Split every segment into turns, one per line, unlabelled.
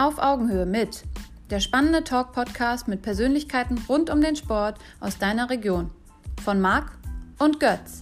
Auf Augenhöhe mit, der spannende Talk-Podcast mit Persönlichkeiten rund um den Sport aus deiner Region. Von Marc und Götz.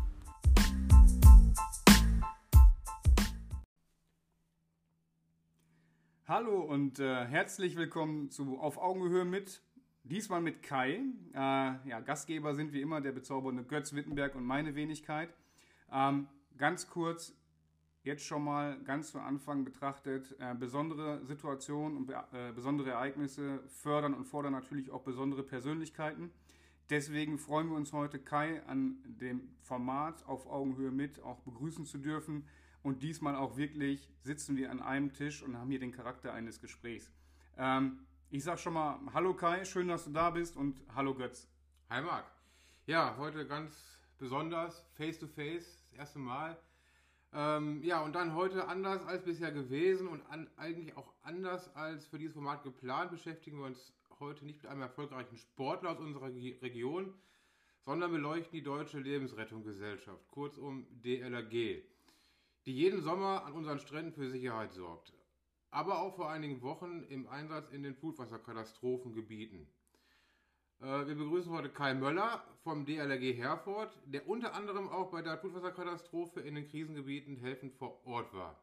Hallo und herzlich willkommen zu Auf Augenhöhe mit, diesmal mit Kai. Gastgeber sind wie immer der bezaubernde Götz Wittenberg und meine Wenigkeit. Ganz kurz, jetzt schon mal ganz zu Anfang betrachtet, besondere Situationen und besondere Ereignisse fördern und fordern natürlich auch besondere Persönlichkeiten. Deswegen freuen wir uns heute, Kai an dem Format Auf Augenhöhe mit auch begrüßen zu dürfen. Und diesmal auch wirklich sitzen wir an einem Tisch und haben hier den Charakter eines Gesprächs. Ich sag schon mal Hallo Kai, schön, dass du da bist und hallo Götz.
Hi Marc. Ja, heute ganz besonders, face to face, das erste Mal. Und dann heute anders als bisher gewesen und eigentlich auch anders als für dieses Format geplant, beschäftigen wir uns heute nicht mit einem erfolgreichen Sportler aus unserer Region, sondern beleuchten die Deutsche Lebensrettungsgesellschaft, kurzum DLRG, die jeden Sommer an unseren Stränden für Sicherheit sorgt, aber auch vor einigen Wochen im Einsatz in den Flutwasserkatastrophengebieten. Wir begrüßen heute Kai Möller vom DLRG Herford, der unter anderem auch bei der Flutwasserkatastrophe in den Krisengebieten helfend vor Ort war.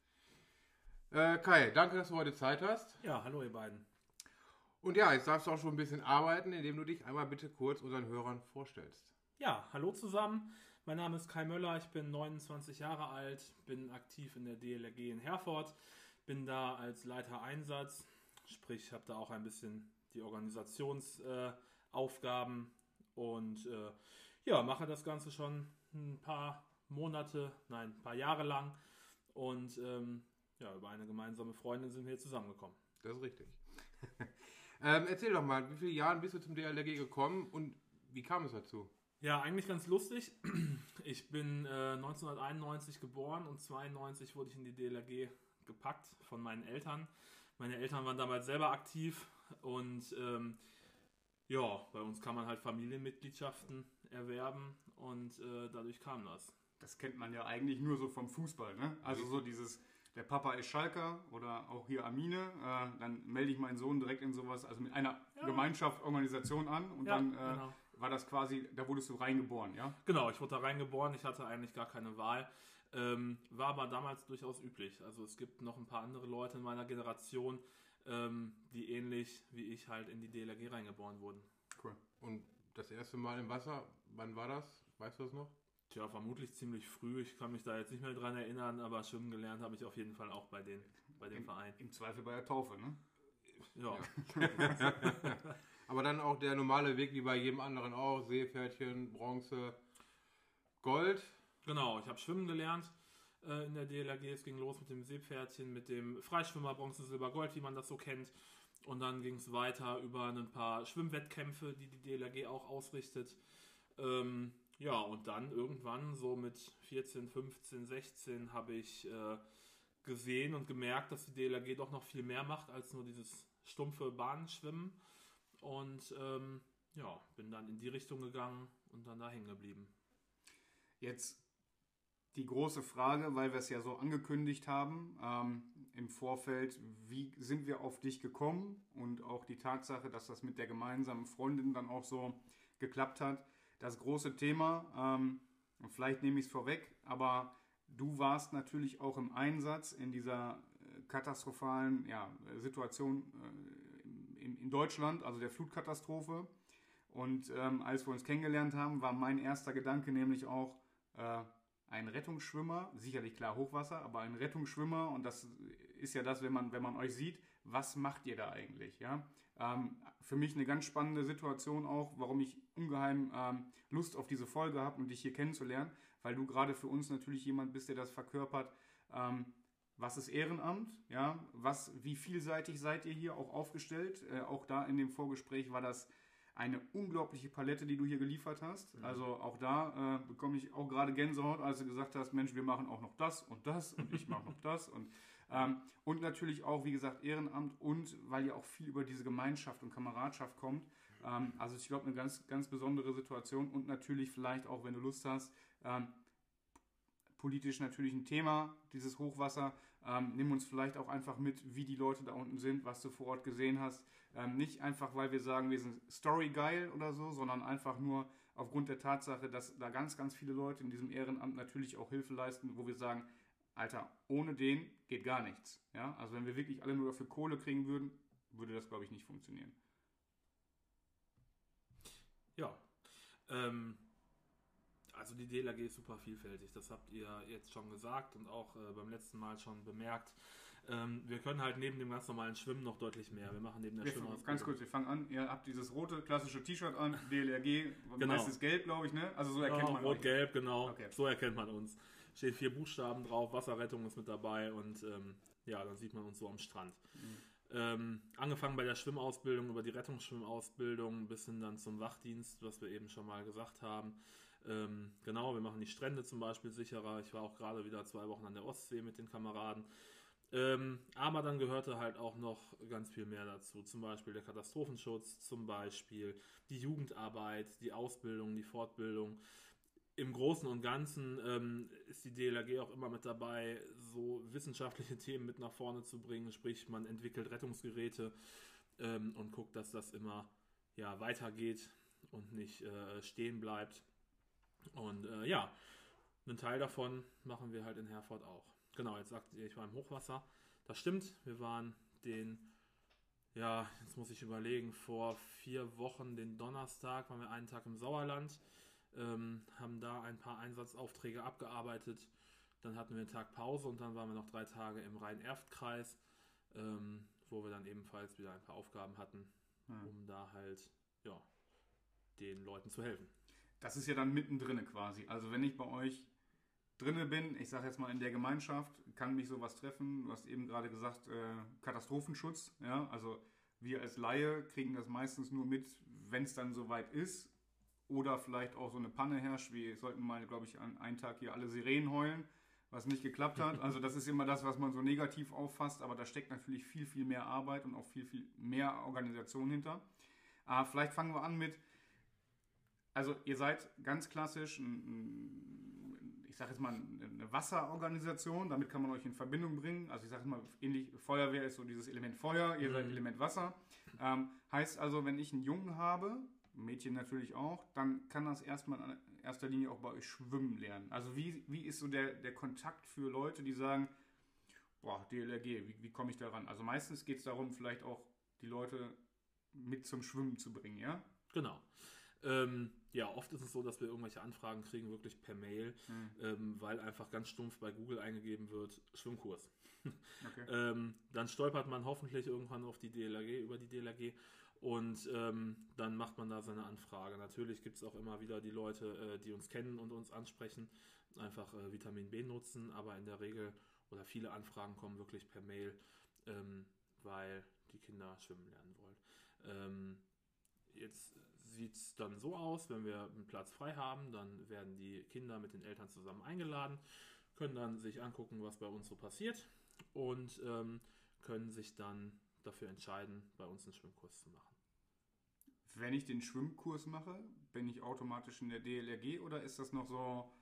Kai, danke, dass du heute Zeit hast.
Ja, hallo ihr beiden.
Und ja, jetzt darfst du auch schon ein bisschen arbeiten, indem du dich einmal bitte kurz unseren Hörern vorstellst.
Ja, hallo zusammen. Mein Name ist Kai Möller, ich bin 29 Jahre alt, bin aktiv in der DLRG in Herford, bin da als Leiter Einsatz, sprich habe da auch ein bisschen die Organisationsaufgaben und mache das Ganze schon ein paar Jahre lang und über eine gemeinsame Freundin sind wir hier zusammengekommen.
Das ist richtig. Erzähl doch mal, wie viele Jahre bist du zum DLRG gekommen und wie kam es dazu?
Ja, eigentlich ganz lustig. Ich bin 1991 geboren und 1992 wurde ich in die DLRG gepackt von meinen Eltern. Meine Eltern waren damals selber aktiv und bei uns kann man halt Familienmitgliedschaften erwerben und dadurch kam das.
Das kennt man ja eigentlich nur so vom Fußball, ne? Also so dieses, der Papa ist Schalker oder auch hier Amine, dann melde ich meinen Sohn direkt in sowas, also mit einer Gemeinschaft, Organisation an und genau. War das quasi, da wurdest du reingeboren, ja?
Genau, ich wurde da reingeboren, ich hatte eigentlich gar keine Wahl, war aber damals durchaus üblich. Also es gibt noch ein paar andere Leute in meiner Generation, die ähnlich wie ich halt in die DLRG reingeboren wurden.
Cool. Und das erste Mal im Wasser, wann war das? Weißt du das noch?
Tja, vermutlich ziemlich früh. Ich kann mich da jetzt nicht mehr dran erinnern, aber schwimmen gelernt habe ich auf jeden Fall auch bei dem Verein.
Im Zweifel bei der Taufe, ne?
Ja.
Aber dann auch der normale Weg, wie bei jedem anderen auch, Seepferdchen, Bronze, Gold.
Genau, ich habe schwimmen gelernt in der DLRG. Es ging los mit dem Seepferdchen, mit dem Freischwimmer, Bronze, Silber, Gold, wie man das so kennt. Und dann ging es weiter über ein paar Schwimmwettkämpfe, die DLRG auch ausrichtet. Und dann irgendwann so mit 14, 15, 16 habe ich gesehen und gemerkt, dass die DLRG doch noch viel mehr macht als nur dieses stumpfe Bahnschwimmen. Und bin dann in die Richtung gegangen und dann da hängen geblieben.
Jetzt die große Frage, weil wir es ja so angekündigt haben im Vorfeld, wie sind wir auf dich gekommen? Und auch die Tatsache, dass das mit der gemeinsamen Freundin dann auch so geklappt hat. Das große Thema, vielleicht nehme ich es vorweg, aber du warst natürlich auch im Einsatz in dieser katastrophalen Situation in Deutschland, also der Flutkatastrophe. Und als wir uns kennengelernt haben, war mein erster Gedanke nämlich auch ein Rettungsschwimmer, sicherlich klar Hochwasser, aber ein Rettungsschwimmer, und das ist ja das, wenn man euch sieht, was macht ihr da eigentlich? Ja? Für mich eine ganz spannende Situation auch, warum ich ungeheim Lust auf diese Folge habe und dich hier kennenzulernen, weil du gerade für uns natürlich jemand bist, der das verkörpert. Was ist Ehrenamt? Ja? Wie vielseitig seid ihr hier auch aufgestellt? Auch da in dem Vorgespräch war das eine unglaubliche Palette, die du hier geliefert hast. Mhm. Also auch da bekomme ich auch gerade Gänsehaut, als du gesagt hast, Mensch, wir machen auch noch das und ich mache noch das. Und natürlich auch, wie gesagt, Ehrenamt und weil ja auch viel über diese Gemeinschaft und Kameradschaft kommt. Also ich glaube, eine ganz, ganz besondere Situation und natürlich vielleicht auch, wenn du Lust hast, politisch natürlich ein Thema, dieses Hochwasser. Nimm uns vielleicht auch einfach mit, wie die Leute da unten sind, was du vor Ort gesehen hast. Nicht einfach, weil wir sagen, wir sind storygeil oder so, sondern einfach nur aufgrund der Tatsache, dass da ganz, ganz viele Leute in diesem Ehrenamt natürlich auch Hilfe leisten, wo wir sagen, Alter, ohne den geht gar nichts. Ja? Also wenn wir wirklich alle nur dafür Kohle kriegen würden, würde das, glaube ich, nicht funktionieren.
Ja, also die DLRG ist super vielfältig, das habt ihr jetzt schon gesagt und auch beim letzten Mal schon bemerkt. Wir können halt neben dem ganz normalen Schwimmen noch deutlich mehr. Wir machen neben der Schwimmausbildung.
Ganz kurz, wir fangen an. Ihr habt dieses rote klassische T-Shirt an, DLRG,
Genau.
meistens gelb, glaube ich, ne? Also so erkennt man euch.
Rot-Gelb, genau.
Okay.
So erkennt man uns. Stehen 4 Buchstaben drauf, Wasserrettung ist mit dabei und ja, dann sieht man uns so am Strand. Angefangen bei der Schwimmausbildung, über die Rettungsschwimmausbildung bis hin dann zum Wachdienst, was wir eben schon mal gesagt haben. Genau, wir machen die Strände zum Beispiel sicherer. Ich war auch gerade wieder 2 Wochen an der Ostsee mit den Kameraden. Aber dann gehörte halt auch noch ganz viel mehr dazu. Zum Beispiel der Katastrophenschutz, zum Beispiel die Jugendarbeit, die Ausbildung, die Fortbildung. Im Großen und Ganzen ist die DLRG auch immer mit dabei, so wissenschaftliche Themen mit nach vorne zu bringen. Sprich, man entwickelt Rettungsgeräte und guckt, dass das immer weitergeht und nicht stehen bleibt. Und einen Teil davon machen wir halt in Herford auch. Genau, jetzt sagt ihr, ich war im Hochwasser. Das stimmt, wir waren jetzt muss ich überlegen, vor 4 Wochen, den Donnerstag, waren wir einen Tag im Sauerland, haben da ein paar Einsatzaufträge abgearbeitet. Dann hatten wir einen Tag Pause und dann waren wir noch 3 Tage im Rhein-Erft-Kreis, wo wir dann ebenfalls wieder ein paar Aufgaben hatten, um da halt den Leuten zu helfen.
Das ist ja dann mittendrin quasi. Also wenn ich bei euch drinne bin, ich sage jetzt mal in der Gemeinschaft, kann mich sowas treffen. Du hast eben gerade gesagt, Katastrophenschutz. Ja? Also wir als Laie kriegen das meistens nur mit, wenn es dann soweit ist. Oder vielleicht auch so eine Panne herrscht. Wir sollten mal, glaube ich, an einem Tag hier alle Sirenen heulen, was nicht geklappt hat. Also das ist immer das, was man so negativ auffasst. Aber da steckt natürlich viel, viel mehr Arbeit und auch viel, viel mehr Organisation hinter. Vielleicht fangen wir an mit, also ihr seid ganz klassisch ich sage jetzt mal, eine Wasserorganisation, damit kann man euch in Verbindung bringen. Also ich sage mal, ähnlich, Feuerwehr ist so dieses Element Feuer, ihr seid Element Wasser. Heißt also, wenn ich einen Jungen habe, ein Mädchen natürlich auch, dann kann das erstmal in erster Linie auch bei euch schwimmen lernen. Also wie ist so der Kontakt für Leute, die sagen, boah, DLRG, wie komme ich da ran? Also meistens geht es darum, vielleicht auch die Leute mit zum Schwimmen zu bringen, ja?
Genau. Oft ist es so, dass wir irgendwelche Anfragen kriegen, wirklich per Mail, weil einfach ganz stumpf bei Google eingegeben wird, Schwimmkurs.
Okay.
Dann stolpert man hoffentlich irgendwann auf die DLRG, über die DLRG und dann macht man da seine Anfrage. Natürlich gibt es auch immer wieder die Leute, die uns kennen und uns ansprechen, einfach Vitamin B nutzen, aber in der Regel oder viele Anfragen kommen wirklich per Mail, weil die Kinder schwimmen lernen wollen. Jetzt sieht es dann so aus, wenn wir einen Platz frei haben, dann werden die Kinder mit den Eltern zusammen eingeladen, können dann sich angucken, was bei uns so passiert und können sich dann dafür entscheiden, bei uns einen Schwimmkurs zu machen.
Wenn ich den Schwimmkurs mache, bin ich automatisch in der DLRG oder ist das noch so...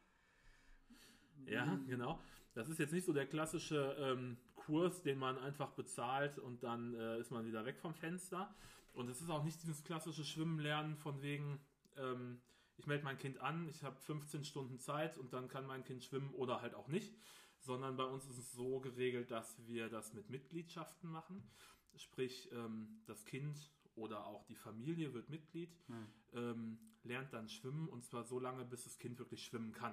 Ja, genau. Das ist jetzt nicht so der klassische Kurs, den man einfach bezahlt und dann ist man wieder weg vom Fenster. Und es ist auch nicht dieses klassische Schwimmen lernen von wegen, ich melde mein Kind an, ich habe 15 Stunden Zeit und dann kann mein Kind schwimmen oder halt auch nicht. Sondern bei uns ist es so geregelt, dass wir das mit Mitgliedschaften machen. Sprich, das Kind oder auch die Familie wird Mitglied, lernt dann schwimmen und zwar so lange, bis das Kind wirklich schwimmen kann.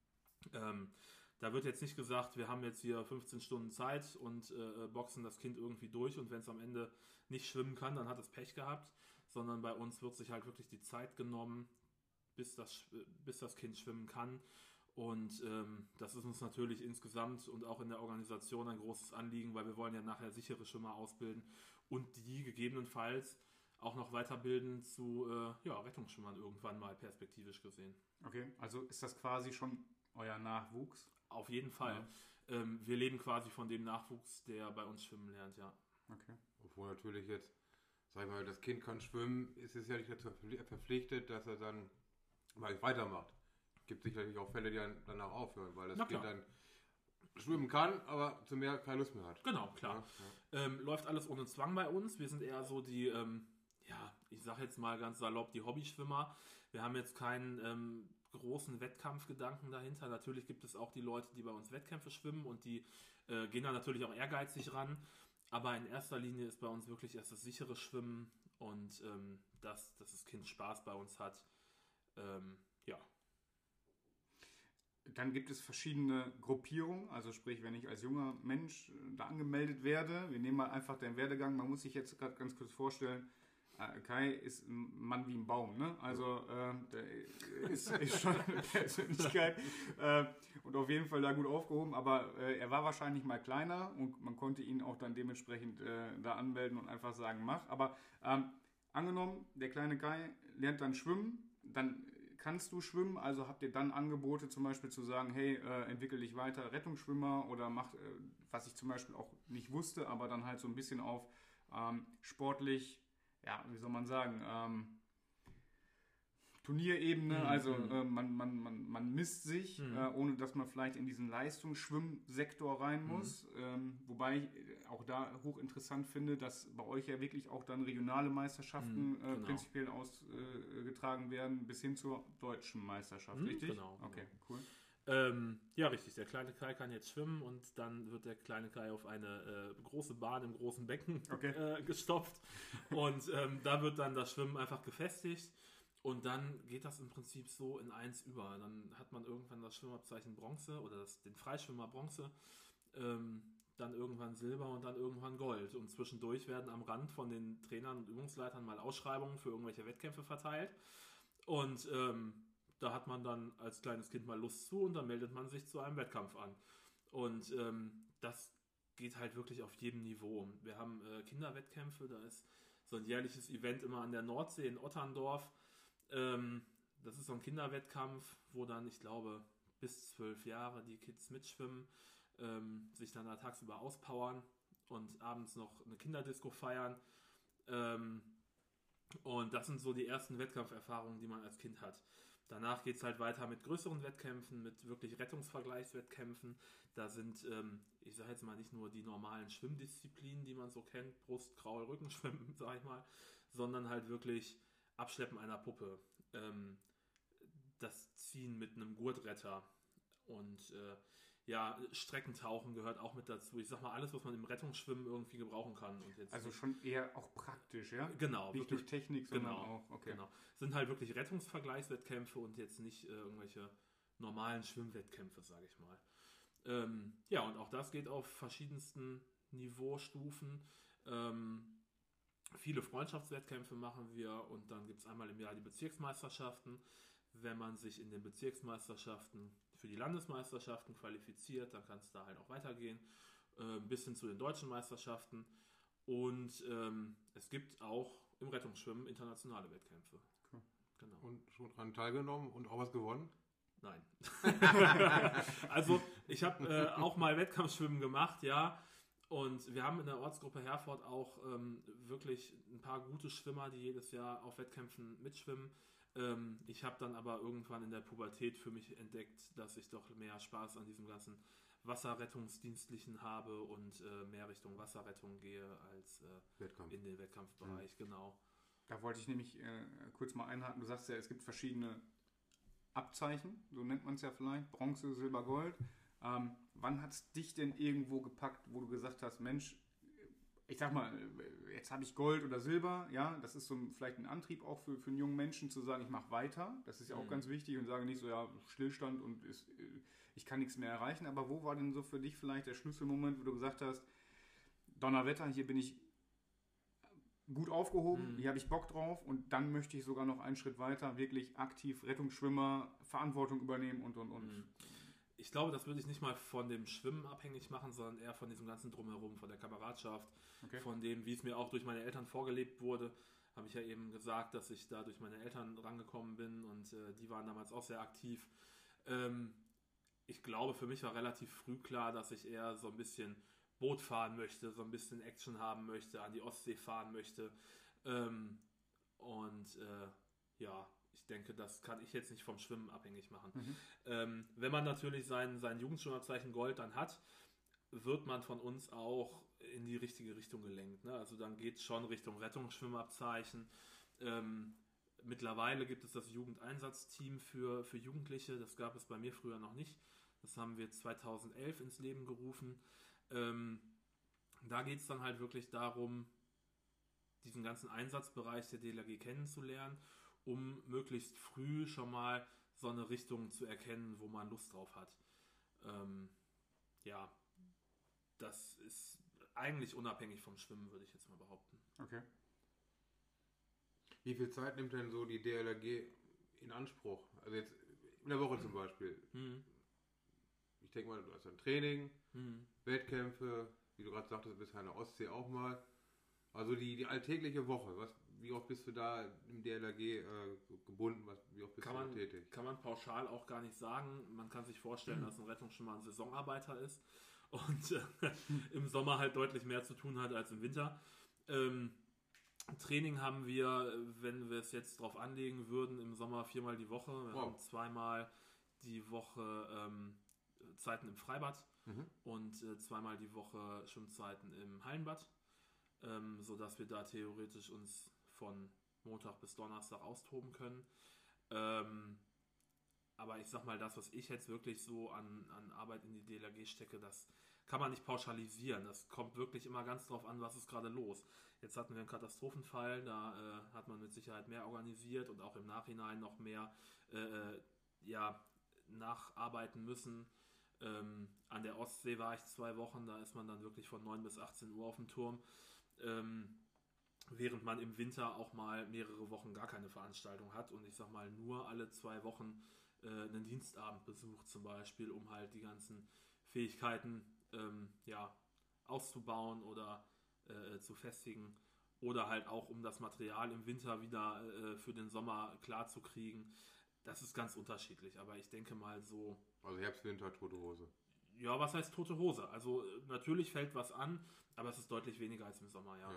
Da wird jetzt nicht gesagt, wir haben jetzt hier 15 Stunden Zeit und boxen das Kind irgendwie durch und wenn es am Ende nicht schwimmen kann, dann hat es Pech gehabt, sondern bei uns wird sich halt wirklich die Zeit genommen, bis das Kind schwimmen kann und das ist uns natürlich insgesamt und auch in der Organisation ein großes Anliegen, weil wir wollen ja nachher sichere Schwimmer ausbilden und die gegebenenfalls auch noch weiterbilden zu Rettungsschwimmern irgendwann mal perspektivisch gesehen.
Okay, also ist das quasi schon euer Nachwuchs?
Auf jeden Fall. Ja. Wir leben quasi von dem Nachwuchs, der bei uns schwimmen lernt, ja.
Okay.
Obwohl natürlich jetzt, sag ich mal, das Kind kann schwimmen, ist es ja nicht dazu verpflichtet, dass er dann mal weitermacht. Gibt sicherlich auch Fälle, die dann danach aufhören, weil das
Na
Kind
klar.
dann schwimmen kann, aber zum Meer keine Lust mehr hat.
Genau, klar. Läuft alles ohne Zwang bei uns. Wir sind eher so die, ich sag jetzt mal ganz salopp, die Hobbyschwimmer. Wir haben jetzt keinen großen Wettkampfgedanken dahinter. Natürlich gibt es auch die Leute, die bei uns Wettkämpfe schwimmen und die gehen da natürlich auch ehrgeizig ran. Aber in erster Linie ist bei uns wirklich erst das sichere Schwimmen und dass das Kind Spaß bei uns hat. Ja.
Dann gibt es verschiedene Gruppierungen, also sprich, wenn ich als junger Mensch da angemeldet werde, wir nehmen mal einfach den Werdegang, man muss sich jetzt gerade ganz kurz vorstellen, Kai ist ein Mann wie ein Baum, ne? Also der ist schon eine Persönlichkeit und auf jeden Fall da gut aufgehoben, aber er war wahrscheinlich mal kleiner und man konnte ihn auch dann dementsprechend da anmelden und einfach sagen, mach. Aber angenommen, der kleine Kai lernt dann schwimmen, dann kannst du schwimmen, also habt ihr dann Angebote zum Beispiel zu sagen, hey, entwickel dich weiter, Rettungsschwimmer oder mach, was ich zum Beispiel auch nicht wusste, aber dann halt so ein bisschen auf sportlich, ja, wie soll man sagen, Turnierebene, also man misst sich, ohne dass man vielleicht in diesen Leistungsschwimmsektor rein muss. Wobei ich auch da hochinteressant finde, dass bei euch ja wirklich auch dann regionale Meisterschaften
genau.
prinzipiell ausgetragen werden, bis hin zur deutschen Meisterschaft, richtig?
Genau.
Okay, cool.
Ja, richtig. Der kleine Kai kann jetzt schwimmen und dann wird der kleine Kai auf eine große Bahn im großen Becken gestopft und da wird dann das Schwimmen einfach gefestigt und dann geht das im Prinzip so in eins über. Dann hat man irgendwann das Schwimmabzeichen Bronze oder den Freischwimmer Bronze, dann irgendwann Silber und dann irgendwann Gold und zwischendurch werden am Rand von den Trainern und Übungsleitern mal Ausschreibungen für irgendwelche Wettkämpfe verteilt und da hat man dann als kleines Kind mal Lust zu und dann meldet man sich zu einem Wettkampf an. Und das geht halt wirklich auf jedem Niveau. Wir haben Kinderwettkämpfe, da ist so ein jährliches Event immer an der Nordsee in Otterndorf. Das ist so ein Kinderwettkampf, wo dann, ich glaube, bis 12 Jahre die Kids mitschwimmen, sich dann da tagsüber auspowern und abends noch eine Kinderdisco feiern. Und das sind so die ersten Wettkampferfahrungen, die man als Kind hat. Danach geht es halt weiter mit größeren Wettkämpfen, mit wirklich Rettungsvergleichswettkämpfen. Da sind, ich sage jetzt mal, nicht nur die normalen Schwimmdisziplinen, die man so kennt, Brust, Kraul, Rückenschwimmen, sage ich mal, sondern halt wirklich Abschleppen einer Puppe, das Ziehen mit einem Gurtretter und Streckentauchen gehört auch mit dazu. Ich sag mal, alles, was man im Rettungsschwimmen irgendwie gebrauchen kann. Und jetzt
Also schon eher auch praktisch, ja?
Genau.
Nicht durch Technik, sondern
genau,
auch, okay.
Genau. Sind halt wirklich Rettungsvergleichswettkämpfe und jetzt nicht irgendwelche normalen Schwimmwettkämpfe, sage ich mal. Und auch das geht auf verschiedensten Niveaustufen. Viele Freundschaftswettkämpfe machen wir und dann gibt es einmal im Jahr die Bezirksmeisterschaften. Wenn man sich in den Bezirksmeisterschaften für die Landesmeisterschaften qualifiziert, dann kann es da halt auch weitergehen, bis hin zu den deutschen Meisterschaften. Und es gibt auch im Rettungsschwimmen internationale Wettkämpfe.
Cool.
Genau.
Und schon dran teilgenommen und auch was gewonnen?
Nein. Also ich habe auch mal Wettkampfschwimmen gemacht, ja. Und wir haben in der Ortsgruppe Herford auch wirklich ein paar gute Schwimmer, die jedes Jahr auf Wettkämpfen mitschwimmen. Ich habe dann aber irgendwann in der Pubertät für mich entdeckt, dass ich doch mehr Spaß an diesem ganzen Wasserrettungsdienstlichen habe und mehr Richtung Wasserrettung gehe als in den Wettkampfbereich, genau.
Da wollte ich nämlich kurz mal einhaken. Du sagst ja, es gibt verschiedene Abzeichen, so nennt man es ja vielleicht, Bronze, Silber, Gold. Wann hat es dich denn irgendwo gepackt, wo du gesagt hast, Mensch, ich sag mal, jetzt habe ich Gold oder Silber, ja, das ist so vielleicht ein Antrieb auch für einen jungen Menschen zu sagen, ich mache weiter, das ist ja auch ganz wichtig und sage nicht so, ja, Stillstand und ich kann nichts mehr erreichen, aber wo war denn so für dich vielleicht der Schlüsselmoment, wo du gesagt hast, Donnerwetter, hier bin ich gut aufgehoben, hier habe ich Bock drauf und dann möchte ich sogar noch einen Schritt weiter, wirklich aktiv Rettungsschwimmer, Verantwortung übernehmen und.
Ich glaube, das würde ich nicht mal von dem Schwimmen abhängig machen, sondern eher von diesem ganzen Drumherum, von der Kameradschaft, von dem, wie es mir auch durch meine Eltern vorgelebt wurde. Habe ich ja eben gesagt, dass ich da durch meine Eltern rangekommen bin und die waren damals auch sehr aktiv. Ich glaube, für mich war relativ früh klar, dass ich eher so ein bisschen Boot fahren möchte, so ein bisschen Action haben möchte, an die Ostsee fahren möchte. ich denke, das kann ich jetzt nicht vom Schwimmen abhängig machen. Wenn man natürlich sein Jugendschwimmerzeichen Gold dann hat, wird man von uns auch in die richtige Richtung gelenkt. Ne? Also dann geht es schon Richtung Rettungsschwimmabzeichen. Mittlerweile gibt es das Jugendeinsatzteam für Jugendliche. Das gab es bei mir früher noch nicht. Das haben wir 2011 ins Leben gerufen. Da geht es dann halt wirklich darum, diesen ganzen Einsatzbereich der DLRG kennenzulernen, um möglichst früh schon mal so eine Richtung zu erkennen, wo man Lust drauf hat. Ja, das ist eigentlich unabhängig vom Schwimmen, würde ich jetzt mal behaupten.
Okay.
Wie viel Zeit nimmt denn so die DLRG in Anspruch? Also jetzt in der Woche zum Beispiel. Ich denke mal, du hast ein Training, Wettkämpfe, wie du gerade sagtest, bist du in der Ostsee auch mal. Also die alltägliche Woche, wie oft bist du da im DLRG gebunden? Wie oft bist du da tätig?
Kann man pauschal auch gar nicht sagen. Man kann sich vorstellen, dass ein Rettungsschwimmer ein Saisonarbeiter ist und im Sommer halt deutlich mehr zu tun hat als im Winter. Training haben wir, wenn wir es jetzt drauf anlegen würden, im Sommer 4-mal die Woche. Wir haben 2-mal die Woche Zeiten im Freibad und 2-mal die Woche Schwimmzeiten im Hallenbad, sodass wir da theoretisch uns von Montag bis Donnerstag austoben können. Aber ich sag mal, das, was ich jetzt wirklich so an Arbeit in die DLRG stecke, das kann man nicht pauschalisieren. Das kommt wirklich immer ganz drauf an, was ist gerade los. Jetzt hatten wir einen Katastrophenfall, da hat man mit Sicherheit mehr organisiert und auch im Nachhinein noch mehr nacharbeiten müssen. An der Ostsee war ich 2 Wochen, da ist man dann wirklich von 9 bis 18 Uhr auf dem Turm. Während man im Winter auch mal mehrere Wochen gar keine Veranstaltung hat und ich sag mal nur alle 2 Wochen einen Dienstabend besucht zum Beispiel, um halt die ganzen Fähigkeiten auszubauen oder zu festigen oder halt auch um das Material im Winter wieder für den Sommer klar zu kriegen. Das ist ganz unterschiedlich, aber ich denke mal so...
Also Herbst, Winter, tote Hose.
Ja, was heißt tote Hose? Also natürlich fällt was an, aber es ist deutlich weniger als im Sommer, ja.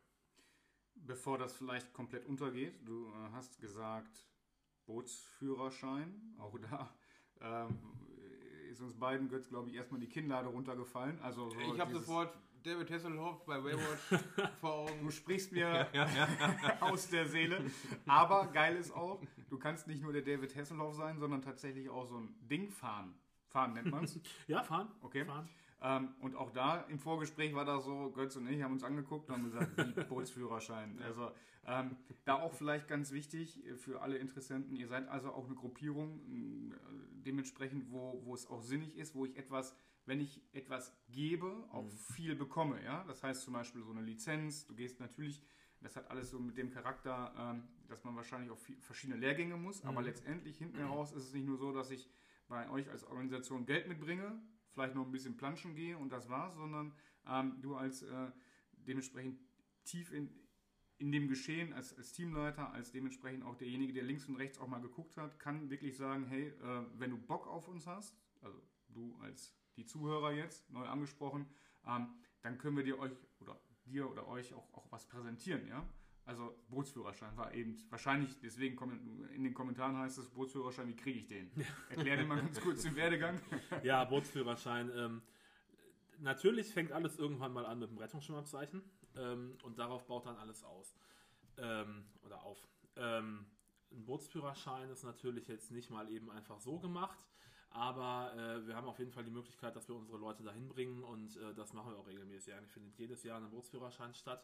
Bevor das vielleicht komplett untergeht, du hast gesagt Bootsführerschein, auch da ist uns beiden, Götz, glaube ich, erstmal die Kinnlade runtergefallen. Also so
ich habe sofort David Hasselhoff bei Baywatch vor Augen.
Du sprichst mir aus der Seele. Aber geil ist auch, du kannst nicht nur der David Hasselhoff sein, sondern tatsächlich auch so ein Ding fahren. Fahren nennt man es.
Ja, fahren.
Okay.
Fahren.
Und auch da im Vorgespräch war da so, Götz und ich haben uns angeguckt und haben gesagt, wie Bootsführerschein. Also da auch vielleicht ganz wichtig für alle Interessenten, ihr seid also auch eine Gruppierung, dementsprechend, wo es auch sinnig ist, wo ich wenn ich etwas gebe, auch viel bekomme. Ja? Das heißt zum Beispiel so eine Lizenz, du gehst natürlich, das hat alles so mit dem Charakter, dass man wahrscheinlich auch verschiedene Lehrgänge muss, aber letztendlich hinten heraus ist es nicht nur so, dass ich bei euch als Organisation Geld mitbringe, vielleicht noch ein bisschen planschen gehe und das war's, sondern du als dementsprechend tief in dem Geschehen, als Teamleiter, als dementsprechend auch derjenige, der links und rechts auch mal geguckt hat, kann wirklich sagen, hey, wenn du Bock auf uns hast, also du als die Zuhörer jetzt, neu angesprochen, dann können wir dir oder euch auch was präsentieren, ja? Also Bootsführerschein war eben wahrscheinlich, deswegen in den Kommentaren heißt es Bootsführerschein, wie kriege ich den? Erklär dir mal ganz kurz den Werdegang.
Ja, Bootsführerschein. Natürlich fängt alles irgendwann mal an mit dem Rettungsschwimmabzeichen und darauf baut dann alles aus. Oder auf. Ein Bootsführerschein ist natürlich jetzt nicht mal eben einfach so gemacht, aber wir haben auf jeden Fall die Möglichkeit, dass wir unsere Leute dahin bringen und das machen wir auch regelmäßig. Eigentlich findet jedes Jahr ein Bootsführerschein statt.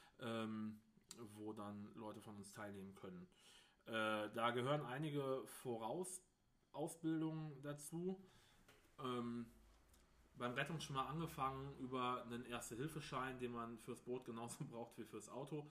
Wo dann Leute von uns teilnehmen können. Da gehören einige Vorausbildungen dazu. Beim Rettungsschwimmer angefangen über einen Erste-Hilfe-Schein, den man fürs Boot genauso braucht wie fürs Auto.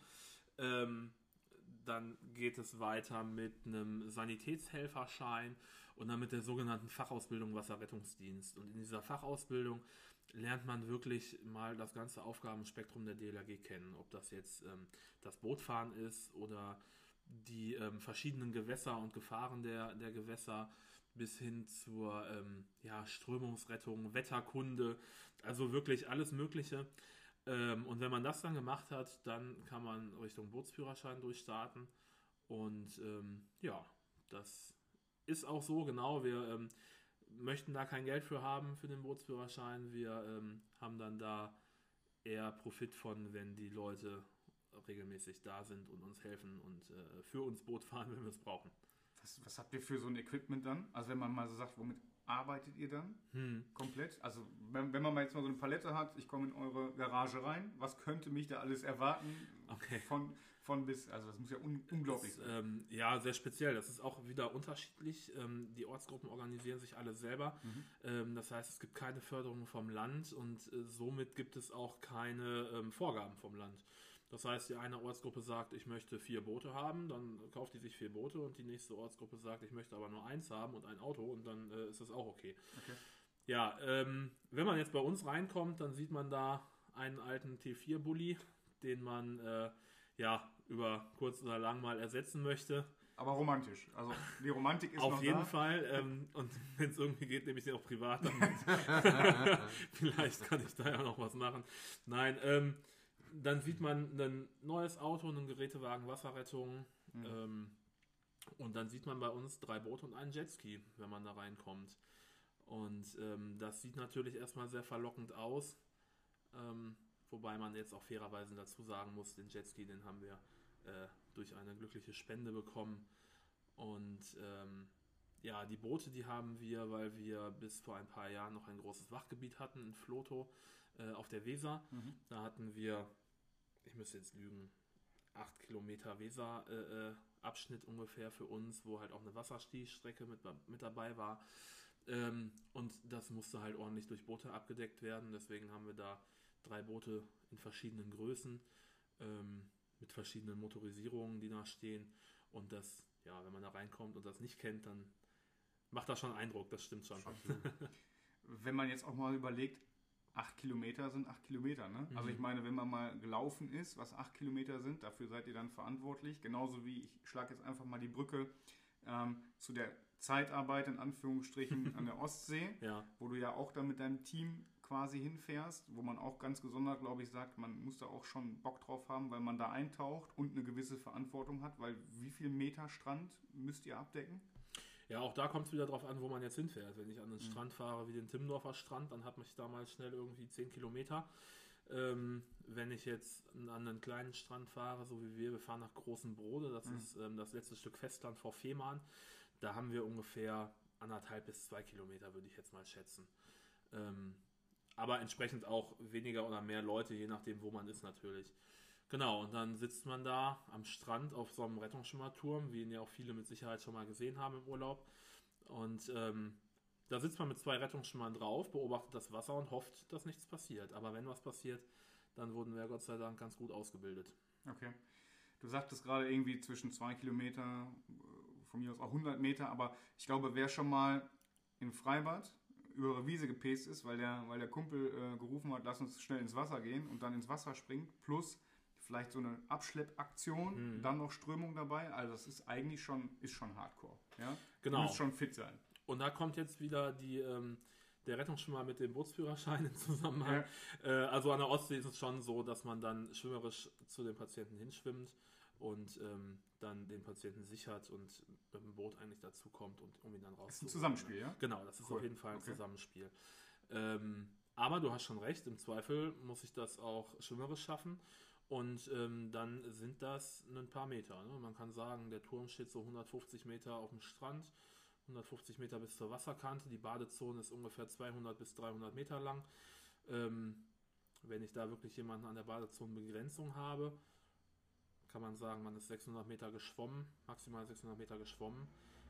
Dann geht es weiter mit einem Sanitätshelferschein und dann mit der sogenannten Fachausbildung Wasserrettungsdienst. Und in dieser Fachausbildung lernt man wirklich mal das ganze Aufgabenspektrum der DLRG kennen. Ob das jetzt das Bootfahren ist oder die verschiedenen Gewässer und Gefahren der Gewässer bis hin zur Strömungsrettung, Wetterkunde, also wirklich alles Mögliche. Und wenn man das dann gemacht hat, dann kann man Richtung Bootsführerschein durchstarten. Und das ist auch so, genau. Wir möchten da kein Geld für haben, für den Bootsführerschein. Wir haben dann da eher Profit von, wenn die Leute regelmäßig da sind und uns helfen und für uns Boot fahren, wenn wir es brauchen.
Was habt ihr für so ein Equipment dann? Also wenn man mal so sagt, womit arbeitet ihr dann komplett? Also wenn man mal jetzt mal so eine Palette hat, ich komme in eure Garage rein, was könnte mich da alles erwarten?
Okay.
Von bis, also das muss ja unglaublich sein.
Ja, sehr speziell. Das ist auch wieder unterschiedlich. Die Ortsgruppen organisieren sich alle selber. Das heißt, es gibt keine Förderung vom Land und somit gibt es auch keine Vorgaben vom Land. Das heißt, die eine Ortsgruppe sagt, ich möchte 4 Boote haben, dann kauft die sich 4 Boote und die nächste Ortsgruppe sagt, ich möchte aber nur 1 haben und ein Auto und dann ist das auch okay. Ja, wenn man jetzt bei uns reinkommt, dann sieht man da einen alten T4-Bulli, den man über kurz oder lang mal ersetzen möchte.
Aber romantisch. Also die Romantik ist
auf
noch
jeden
da.
Fall. Und wenn es irgendwie geht, nehme ich den auch privat damit. Vielleicht kann ich da ja noch was machen. Nein, dann sieht man ein neues Auto, einen Gerätewagen, Wasserrettung. Und dann sieht man bei uns 3 Boote und einen Jetski, wenn man da reinkommt. Und das sieht natürlich erstmal sehr verlockend aus. Wobei man jetzt auch fairerweise dazu sagen muss, den Jetski, den haben wir durch eine glückliche Spende bekommen. Und die Boote, die haben wir, weil wir bis vor ein paar Jahren noch ein großes Wachgebiet hatten in Vlotho auf der Weser. Da hatten wir, ich müsste jetzt lügen, 8 Kilometer Weser-Abschnitt ungefähr für uns, wo halt auch eine Wasserstiegsstrecke mit dabei war. Und das musste halt ordentlich durch Boote abgedeckt werden. Deswegen haben wir da 3 Boote in verschiedenen Größen, mit verschiedenen Motorisierungen, die da stehen. Und das, wenn man da reinkommt und das nicht kennt, dann macht das schon Eindruck, das stimmt schon.
Wenn man jetzt auch mal überlegt, 8 Kilometer sind 8 Kilometer, ne? Also ich meine, wenn man mal gelaufen ist, was 8 Kilometer sind, dafür seid ihr dann verantwortlich. Genauso wie, ich schlage jetzt einfach mal die Brücke zu der Zeitarbeit in Anführungsstrichen an der Ostsee, wo du ja auch dann mit deinem Team quasi hinfährst, wo man auch ganz gesondert, glaube ich, sagt, man muss da auch schon Bock drauf haben, weil man da eintaucht und eine gewisse Verantwortung hat, weil wie viel Meter Strand müsst ihr abdecken?
Ja, auch da kommt es wieder drauf an, wo man jetzt hinfährt. Wenn ich an einen Strand fahre wie den Timmendorfer Strand, dann hat mich damals schnell irgendwie 10 Kilometer. Wenn ich jetzt an einen kleinen Strand fahre, so wie wir fahren nach Großen Brode, das ist das letzte Stück Festland vor Fehmarn, da haben wir ungefähr 1,5 bis 2 Kilometer, würde ich jetzt mal schätzen. Aber entsprechend auch weniger oder mehr Leute, je nachdem, wo man ist natürlich. Genau, und dann sitzt man da am Strand auf so einem Rettungsschimmerturm, wie ihn ja auch viele mit Sicherheit schon mal gesehen haben im Urlaub. Und da sitzt man mit 2 Rettungsschimmern drauf, beobachtet das Wasser und hofft, dass nichts passiert. Aber wenn was passiert, dann wurden wir Gott sei Dank ganz gut ausgebildet.
Okay. Du sagtest gerade irgendwie zwischen 2 Kilometer, von mir aus auch 100 Meter, aber ich glaube, wer schon mal im Freibad über eine Wiese gepäst ist, weil der Kumpel gerufen hat, lass uns schnell ins Wasser gehen und dann ins Wasser springt, plus vielleicht so eine Abschleppaktion, dann noch Strömung dabei, also das ist eigentlich schon Hardcore. Ja?
Genau.
Du musst schon fit sein.
Und da kommt jetzt wieder der Rettungsschwimmer mit dem Bootsführerschein in Zusammenhang. Ja. Also an der Ostsee ist es schon so, dass man dann schwimmerisch zu den Patienten hinschwimmt und dann den Patienten sichert und mit dem Boot eigentlich dazu kommt, und um ihn dann rauszuholen.
Das ist ein Zusammenspiel, ja?
Genau, das ist auf jeden Fall ein Zusammenspiel. Aber du hast schon recht, im Zweifel muss ich das auch schwimmerisch schaffen. Und dann sind das ein paar Meter. Ne? Man kann sagen, der Turm steht so 150 Meter auf dem Strand, 150 Meter bis zur Wasserkante. Die Badezone ist ungefähr 200 bis 300 Meter lang. Wenn ich da wirklich jemanden an der Badezonenbegrenzung habe, kann man sagen, man ist 600 Meter geschwommen, maximal 600 Meter geschwommen.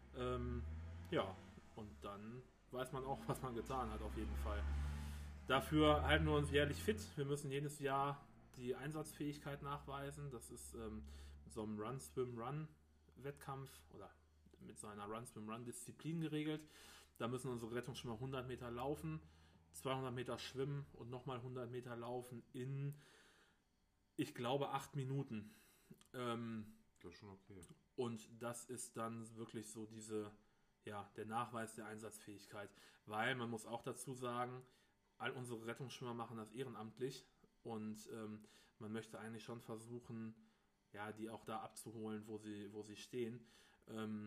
Und dann weiß man auch, was man getan hat, auf jeden Fall. Dafür halten wir uns jährlich fit. Wir müssen jedes Jahr die Einsatzfähigkeit nachweisen. Das ist mit so einem Run-Swim-Run-Wettkampf oder mit seiner Run-Swim-Run-Disziplin geregelt. Da müssen unsere Rettungsschwimmer 100 Meter laufen, 200 Meter schwimmen und nochmal 100 Meter laufen in, ich glaube, 8 Minuten.
Das ist schon okay.
Und das ist dann wirklich so der Nachweis der Einsatzfähigkeit. Weil man muss auch dazu sagen, all unsere Rettungsschwimmer machen das ehrenamtlich. Und man möchte eigentlich schon versuchen, die auch da abzuholen, wo sie stehen.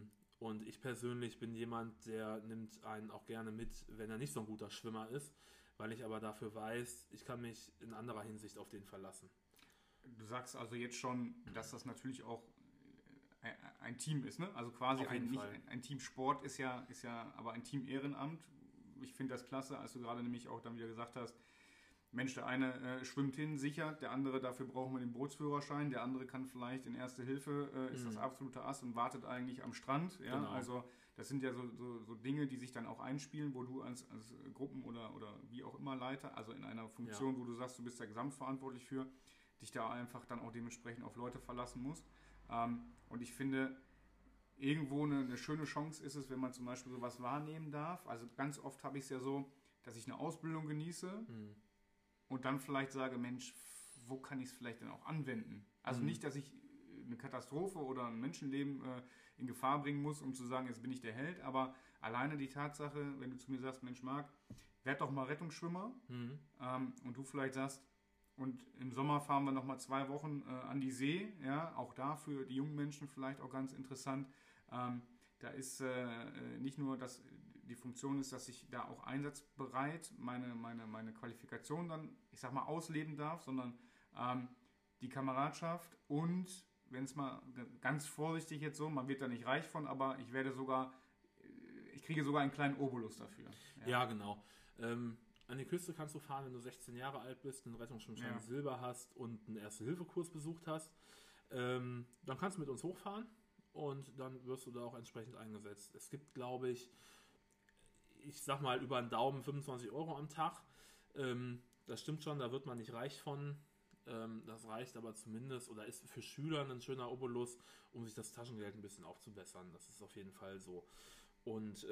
Und ich persönlich bin jemand, der nimmt einen auch gerne mit, wenn er nicht so ein guter Schwimmer ist, weil ich aber dafür weiß, ich kann mich in anderer Hinsicht auf den verlassen.
Du sagst also jetzt schon, dass das natürlich auch ein Team ist, ne? Also quasi ein Teamsport ist ja aber ein Team-Ehrenamt. Ich finde das klasse, als du gerade nämlich auch dann wieder gesagt hast, Mensch, der eine schwimmt hin, sichert, der andere, dafür brauchen wir den Bootsführerschein, der andere kann vielleicht in Erste Hilfe, ist das absolute Ass und wartet eigentlich am Strand. Ja?
Genau.
Also das sind ja so Dinge, die sich dann auch einspielen, wo du als Gruppen- oder wie auch immer Leiter, also in einer Funktion, wo du sagst, du bist da gesamtverantwortlich für, dich da einfach dann auch dementsprechend auf Leute verlassen musst. Und ich finde, irgendwo eine schöne Chance ist es, wenn man zum Beispiel sowas wahrnehmen darf. Also ganz oft habe ich es ja so, dass ich eine Ausbildung genieße und dann vielleicht sage, Mensch, wo kann ich es vielleicht dann auch anwenden? Also nicht, dass ich eine Katastrophe oder ein Menschenleben in Gefahr bringen muss, um zu sagen, jetzt bin ich der Held, aber alleine die Tatsache, wenn du zu mir sagst, Mensch Marc, werd doch mal Rettungsschwimmer und du vielleicht sagst, und im Sommer fahren wir nochmal 2 Wochen an die See, ja, auch da für die jungen Menschen vielleicht auch ganz interessant. Da ist nicht nur, dass die Funktion ist, dass ich da auch einsatzbereit meine Qualifikation dann, ich sag mal, ausleben darf, sondern die Kameradschaft und, wenn es mal ganz vorsichtig jetzt so, man wird da nicht reich von, aber ich kriege sogar einen kleinen Obolus dafür.
Ja, genau. An die Küste kannst du fahren, wenn du 16 Jahre alt bist, einen Rettungsschwimmschein Silber hast und einen Erste-Hilfe-Kurs besucht hast. Dann kannst du mit uns hochfahren und dann wirst du da auch entsprechend eingesetzt. Es gibt, glaube ich sag mal über den Daumen 25 € am Tag. Das stimmt schon, da wird man nicht reich von. Das reicht aber zumindest oder ist für Schüler ein schöner Obolus, um sich das Taschengeld ein bisschen aufzubessern. Das ist auf jeden Fall so. Und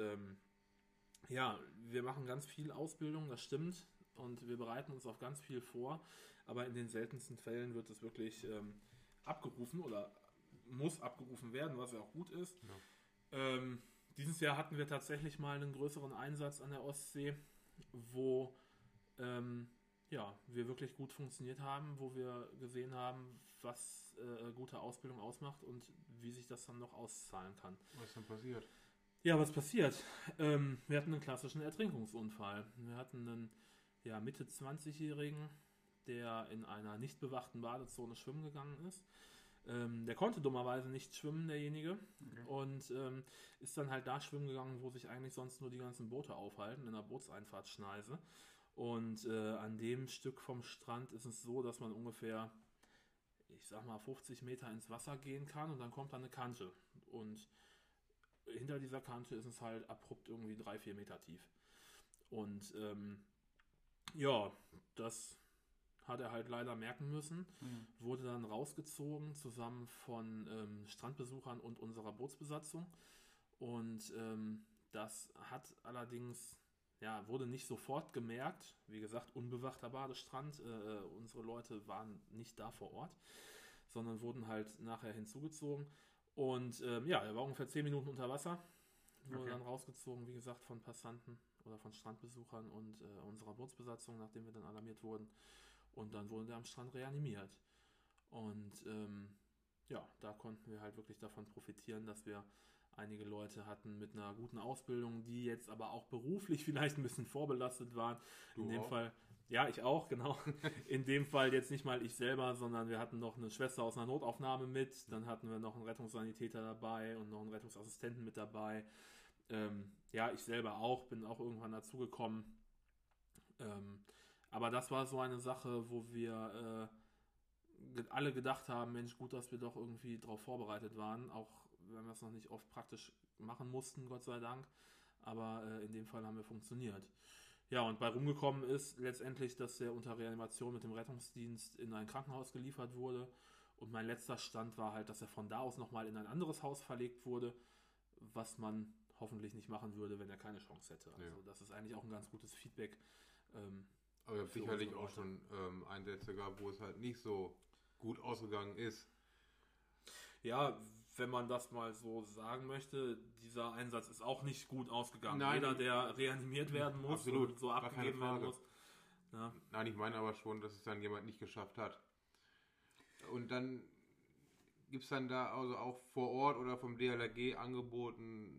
ja, wir machen ganz viel Ausbildung, das stimmt. Und wir bereiten uns auf ganz viel vor. Aber in den seltensten Fällen wird es wirklich abgerufen oder muss abgerufen werden, was ja auch gut ist. Ja. Dieses Jahr hatten wir tatsächlich mal einen größeren Einsatz an der Ostsee, wo wir wirklich gut funktioniert haben, wo wir gesehen haben, was gute Ausbildung ausmacht und wie sich das dann noch auszahlen kann.
Was ist denn passiert?
Ja, was passiert? Wir hatten einen klassischen Ertrinkungsunfall. Wir hatten einen Mitte 20-Jährigen, der in einer nicht bewachten Badezone schwimmen gegangen ist. Der konnte dummerweise nicht schwimmen, derjenige, und ist dann halt da schwimmen gegangen, wo sich eigentlich sonst nur die ganzen Boote aufhalten, in der Bootseinfahrtsschneise. Und an dem Stück vom Strand ist es so, dass man ungefähr, 50 Meter ins Wasser gehen kann und dann kommt da eine Kante. Und hinter dieser Kante ist es halt abrupt irgendwie 3-4 Meter tief. Und das hat er halt leider merken müssen, wurde dann rausgezogen zusammen von Strandbesuchern und unserer Bootsbesatzung. Und das hat allerdings, wurde nicht sofort gemerkt. Wie gesagt, unbewachter Badestrand. Unsere Leute waren nicht da vor Ort, sondern wurden halt nachher hinzugezogen. Und er war ungefähr 10 Minuten unter Wasser, wurde dann rausgezogen, wie gesagt, von Passanten oder von Strandbesuchern und unserer Bootsbesatzung, nachdem wir dann alarmiert wurden. Und dann wurde der am Strand reanimiert. Und da konnten wir halt wirklich davon profitieren, dass wir einige Leute hatten mit einer guten Ausbildung, die jetzt aber auch beruflich vielleicht ein bisschen vorbelastet waren.
Du
in dem
auch?
Fall, ja, ich auch, genau. In dem Fall jetzt nicht mal ich selber, sondern wir hatten noch eine Schwester aus einer Notaufnahme mit, dann hatten wir noch einen Rettungssanitäter dabei und noch einen Rettungsassistenten mit dabei. Ich selber auch, bin auch irgendwann dazugekommen. Aber das war so eine Sache, wo wir alle gedacht haben, Mensch, gut, dass wir doch irgendwie darauf vorbereitet waren, auch wenn wir es noch nicht oft praktisch machen mussten, Gott sei Dank. Aber in dem Fall haben wir funktioniert. Ja, und bei rumgekommen ist letztendlich, dass er unter Reanimation mit dem Rettungsdienst in ein Krankenhaus geliefert wurde. Und mein letzter Stand war halt, dass er von da aus nochmal in ein anderes Haus verlegt wurde, was man hoffentlich nicht machen würde, wenn er keine Chance hätte. Also das ist eigentlich auch ein ganz gutes Feedback.
Aber ihr habt sicherlich auch schon Einsätze gehabt, wo es halt nicht so gut ausgegangen ist.
Ja, wenn man das mal so sagen möchte, dieser Einsatz ist auch nicht gut ausgegangen.
Nein,
jeder, der reanimiert werden muss und so abgegeben werden muss. Ja.
Nein, ich meine aber schon, dass es dann jemand nicht geschafft hat. Und dann gibt es dann da also auch vor Ort oder vom DLRG angeboten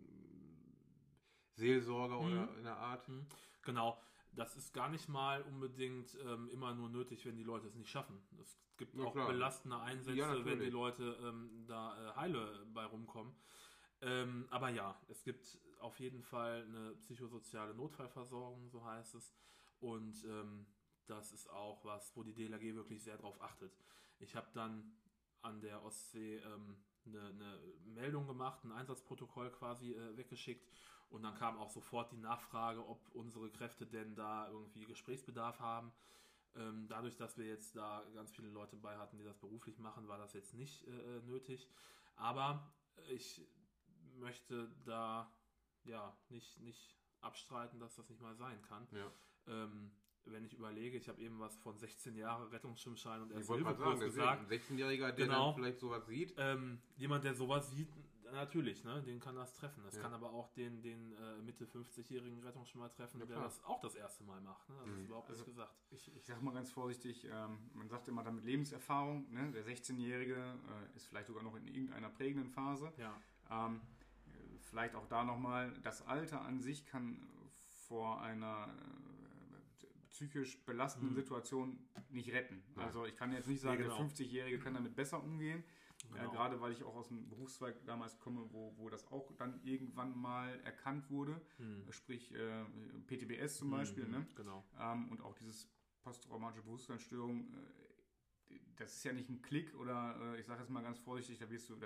Seelsorger oder in der Art?
Genau. Das ist gar nicht mal unbedingt immer nur nötig, wenn die Leute es nicht schaffen. Es gibt auch belastende Einsätze, wenn die Leute da heile bei rumkommen. Aber ja, es gibt auf jeden Fall eine psychosoziale Notfallversorgung, so heißt es. Und das ist auch was, wo die DLRG wirklich sehr drauf achtet. Ich habe dann an der Ostsee eine Meldung gemacht, ein Einsatzprotokoll quasi weggeschickt. Und dann kam auch sofort die Nachfrage, ob unsere Kräfte denn da irgendwie Gesprächsbedarf haben. Dadurch, dass wir jetzt da ganz viele Leute bei hatten, die das beruflich machen, war das jetzt nicht nötig. Aber ich möchte da ja nicht abstreiten, dass das nicht mal sein kann. Ja. Wenn ich überlege, ich habe eben was von 16 Jahre Rettungsschwimmschein und Erste-Hilfe-Kurs gesagt.
Ein 16-Jähriger, der dann vielleicht sowas sieht.
Jemand, der sowas sieht, natürlich, ne, den kann das treffen. Das kann aber auch den Mitte 50-jährigen Rettungsschwimmer treffen, der das auch das erste Mal macht. Ne? Das ist überhaupt nicht gesagt.
Ich sage mal ganz vorsichtig, man sagt immer damit Lebenserfahrung. Ne? Der 16-Jährige ist vielleicht sogar noch in irgendeiner prägenden Phase.
Ja.
Vielleicht auch da nochmal, das Alter an sich kann vor einer psychisch belastenden Situation nicht retten. Also ich kann jetzt nicht sagen, der 50-Jährige kann damit besser umgehen. Genau. Gerade weil ich auch aus dem Berufszweig damals komme, wo das auch dann irgendwann mal erkannt wurde, sprich PTBS zum Beispiel, ne?
Genau.
Und auch dieses posttraumatische Bewusstseinsstörung, das ist ja nicht ein Klick oder ich sage jetzt mal ganz vorsichtig,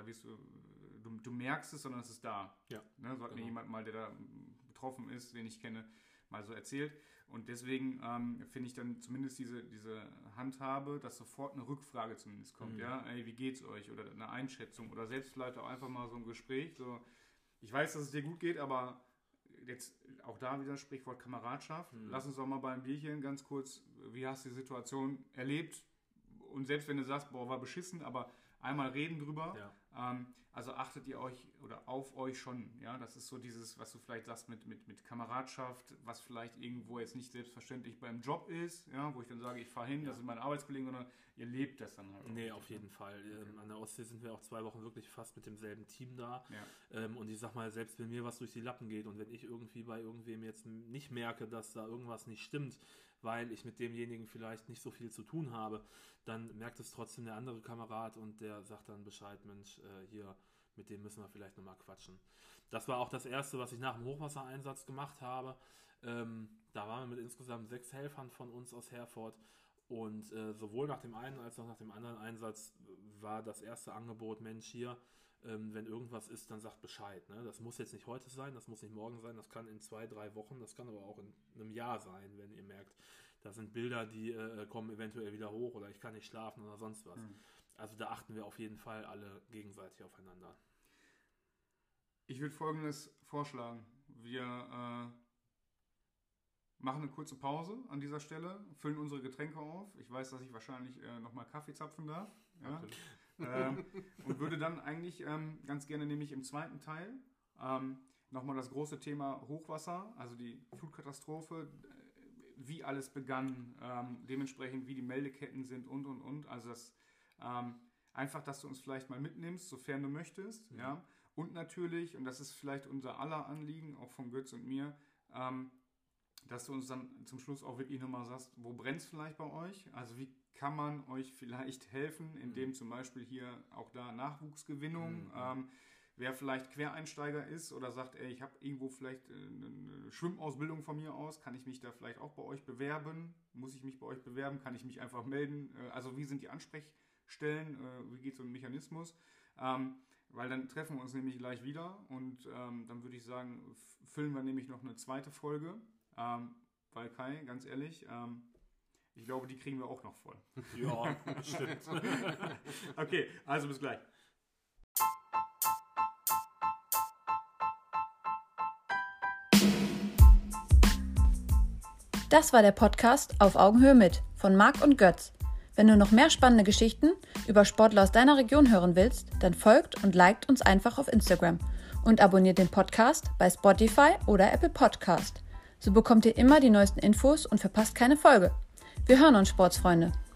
du merkst es, sondern es ist da.
Ja.
Ne? So hat mir jemand mal, der da betroffen ist, den ich kenne, mal so erzählt. Und deswegen finde ich dann zumindest diese Handhabe, dass sofort eine Rückfrage zumindest kommt. Ja, ey, wie geht's euch? Oder eine Einschätzung oder selbst vielleicht auch einfach mal so ein Gespräch. So, ich weiß, dass es dir gut geht, aber jetzt auch da wieder Sprichwort Kameradschaft. Lass uns doch mal beim Bierchen ganz kurz, wie hast du die Situation erlebt? Und selbst wenn du sagst, boah, war beschissen, aber einmal reden drüber.
Ja.
Also achtet ihr euch oder auf euch schon. Ja, das ist so dieses, was du vielleicht sagst mit Kameradschaft, was vielleicht irgendwo jetzt nicht selbstverständlich beim Job ist, ja, wo ich dann sage, ich fahre hin, das sind meine Arbeitskollegen, sondern ihr lebt das dann halt.
Nee, auf jeden Fall. An der Ostsee sind wir auch 2 Wochen wirklich fast mit demselben Team da. Ja. Und ich sag mal, selbst wenn mir was durch die Lappen geht und wenn ich irgendwie bei irgendwem jetzt nicht merke, dass da irgendwas nicht stimmt, weil ich mit demjenigen vielleicht nicht so viel zu tun habe, dann merkt es trotzdem der andere Kamerad und der sagt dann Bescheid, Mensch, hier, mit dem müssen wir vielleicht nochmal quatschen. Das war auch das Erste, was ich nach dem Hochwassereinsatz gemacht habe. Da waren wir mit insgesamt 6 Helfern von uns aus Herford und sowohl nach dem einen als auch nach dem anderen Einsatz war das erste Angebot, Mensch, hier, wenn irgendwas ist, dann sagt Bescheid. Ne? Das muss jetzt nicht heute sein, das muss nicht morgen sein, das kann in 2-3 Wochen, das kann aber auch in einem Jahr sein, wenn ihr merkt, da sind Bilder, die kommen eventuell wieder hoch oder ich kann nicht schlafen oder sonst was. Also da achten wir auf jeden Fall alle gegenseitig aufeinander.
Ich würde Folgendes vorschlagen. Wir machen eine kurze Pause an dieser Stelle, füllen unsere Getränke auf. Ich weiß, dass ich wahrscheinlich nochmal Kaffee zapfen darf. Ja? Und würde dann eigentlich ganz gerne nämlich im zweiten Teil nochmal das große Thema Hochwasser, also die Flutkatastrophe, wie alles begann, dementsprechend wie die Meldeketten sind und. Also das einfach, dass du uns vielleicht mal mitnimmst, sofern du möchtest. Ja? Und natürlich, und das ist vielleicht unser aller Anliegen, auch von Götz und mir, dass du uns dann zum Schluss auch wirklich nochmal sagst, wo brennt es vielleicht bei euch? Also wie kann man euch vielleicht helfen, indem zum Beispiel hier auch da Nachwuchsgewinnung, wer vielleicht Quereinsteiger ist oder sagt, ey, ich habe irgendwo vielleicht eine Schwimmausbildung von mir aus, kann ich mich da vielleicht auch bei euch bewerben? Muss ich mich bei euch bewerben? Kann ich mich einfach melden? Also wie sind die Ansprechstellen? Wie geht so ein Mechanismus? Weil dann treffen wir uns nämlich gleich wieder und dann würde ich sagen, füllen wir nämlich noch eine zweite Folge, weil Kai, ganz ehrlich, ich glaube, die kriegen wir auch noch voll.
Ja, stimmt.
Okay, also bis gleich.
Das war der Podcast Auf Augenhöhe mit von Marc und Götz. Wenn du noch mehr spannende Geschichten über Sportler aus deiner Region hören willst, dann folgt und liked uns einfach auf Instagram und abonniert den Podcast bei Spotify oder Apple Podcast. So bekommt ihr immer die neuesten Infos und verpasst keine Folge. Wir hören uns, Sportsfreunde.